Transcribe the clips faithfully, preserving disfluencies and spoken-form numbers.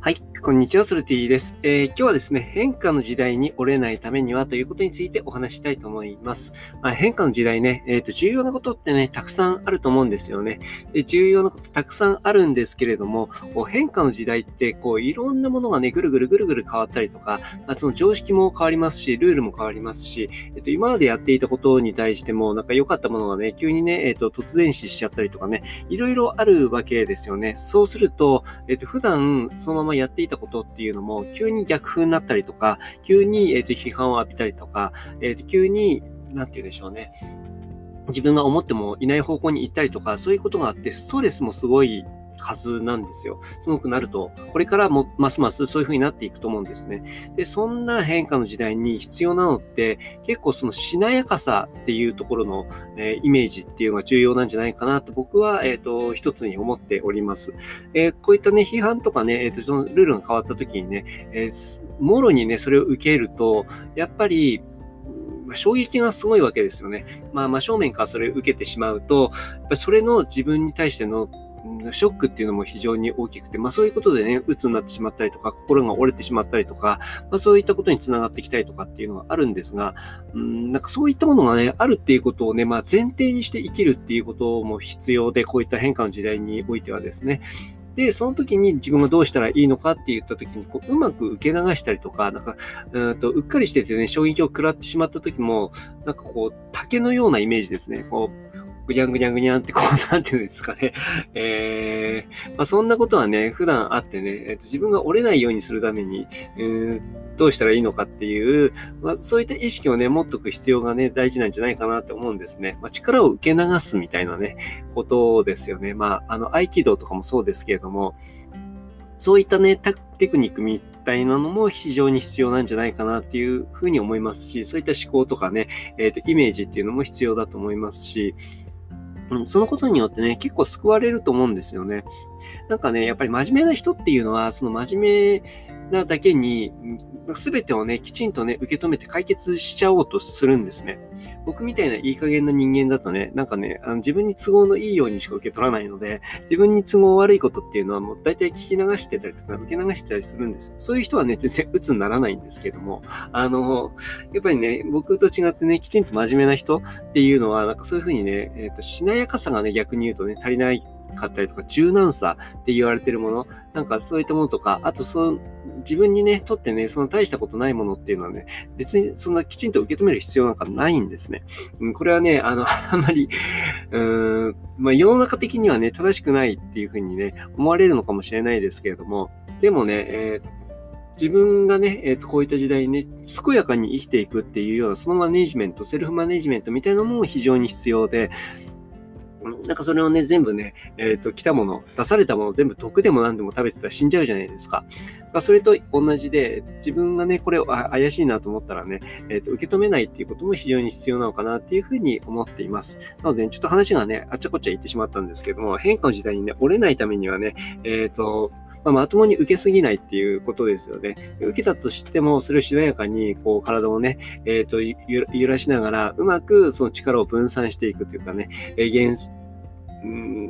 はい、こんにちは、ソルティです、えー。今日はですね、変化の時代に折れないためにはということについてお話したいと思います。まあ、変化の時代ね、えーと、重要なことってね、たくさんあると思うんですよね。で、重要なことたくさんあるんですけれども、こう変化の時代って、こう、いろんなものがね、ぐるぐるぐるぐる変わったりとか、まあ、その常識も変わりますし、ルールも変わりますし、えーと、今までやっていたことに対しても、なんか良かったものがね、急にね、えーと、突然死しちゃったりとかね、いろいろあるわけですよね。そうすると、えーと、普段そのままやっていたことっていうのも急に逆風になったりとか、急に、えー、と批判を浴びたりとか、えー、と急になんて言うんでしょうね、自分が思ってもいない方向に行ったりとか、そういうことがあってストレスもすごいはずなんですよ。すごくなると、これからもますますそういう風になっていくと思うんですね。で、そんな変化の時代に必要なのって、結構そのしなやかさっていうところの、えー、イメージっていうのが重要なんじゃないかなと僕は、えっと、一つに思っております。えー、こういったね、批判とかね、えっと、そのルールが変わった時にね、えー、もろにね、それを受けると、やっぱり、衝撃がすごいわけですよね。まあ、真正面からそれを受けてしまうと、やっぱりそれの自分に対してのショックっていうのも非常に大きくて、まあそういうことでね、鬱になってしまったりとか、心が折れてしまったりとか、まあそういったことにつながってきたりとかっていうのがあるんですが、うん、なんかそういったものがね、あるっていうことをね、まあ前提にして生きるっていうことも必要で、こういった変化の時代においてはですね。で、その時に自分がどうしたらいいのかって言った時に、こう、うまく受け流したりとか、なんか、うんと、うっかりしててね、衝撃を食らってしまった時も、なんかこう、竹のようなイメージですね。こう、ぐにゃんぐにゃんぐにゃんってこう、なんていうんですかね。えー、まあそんなことはね、普段あってね、えーと、自分が折れないようにするために、うーどうしたらいいのかっていう、まあそういった意識をね、持っとく必要がね、大事なんじゃないかなって思うんですね。まあ力を受け流すみたいなね、ことですよね。まあ、あの、合気道とかもそうですけれども、そういったね、テクニックみたいなのも非常に必要なんじゃないかなっていうふうに思いますし、そういった思考とかね、えっと、イメージっていうのも必要だと思いますし、うん、そのことによってね、結構救われると思うんですよね。なんかね、やっぱり真面目な人っていうのは、その真面目なだけに、すべてをね、きちんとね、受け止めて解決しちゃおうとするんですね。僕みたいないい加減な人間だとね、なんかね、あの自分に都合のいいようにしか受け取らないので、自分に都合悪いことっていうのはもう大体聞き流してたりとか、受け流してたりするんですよ。そういう人はね、全然鬱にならないんですけども、あの、やっぱりね、僕と違ってね、きちんと真面目な人っていうのは、なんかそういうふうにね、えっと、しなやかさがね、逆に言うとね、足りないかったりとか、柔軟さって言われてるもの、なんかそういったものとか、あとその自分にね、とってね、その大したことないものっていうのはね、別にそんなきちんと受け止める必要なんかないんですね。うん、これはね、あの、あんまり、うーん、まあ世の中的にはね、正しくないっていうふうにね、思われるのかもしれないですけれども、でもね、えー自分がね、えっと、こういった時代にね、健やかに生きていくっていうような、そのマネジメント、セルフマネジメントみたいなのも非常に必要で、なんかそれをね、全部ね、えっと、来たもの、出されたもの全部毒でも何でも食べてたら死んじゃうじゃないですか。それと同じで、自分がね、これ怪しいなと思ったらね、えっと、受け止めないっていうことも非常に必要なのかなっていうふうに思っています。なので、ね、ちょっと話がね、あっちゃこっちゃ言ってしまったんですけども、変化の時代にね、折れないためにはね、えっと、まあ、まともに受けすぎないっていうことですよね。受けたとしても、それをしなやかに、こう、体をね、えっと、揺らしながら、うまくその力を分散していくというかね、えー、うん、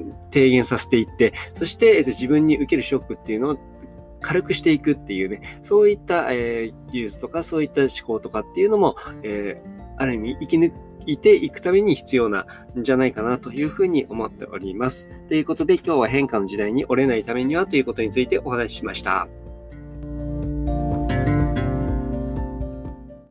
低減させていって、そして、えっと、自分に受けるショックっていうのを軽くしていくっていうね、そういった、えー、技術とか、そういった思考とかっていうのも、えー、ある意味生き抜いていくために必要なんじゃないかなというふうに思っております。ということで、今日は変化の時代に折れないためにはということについてお話ししました。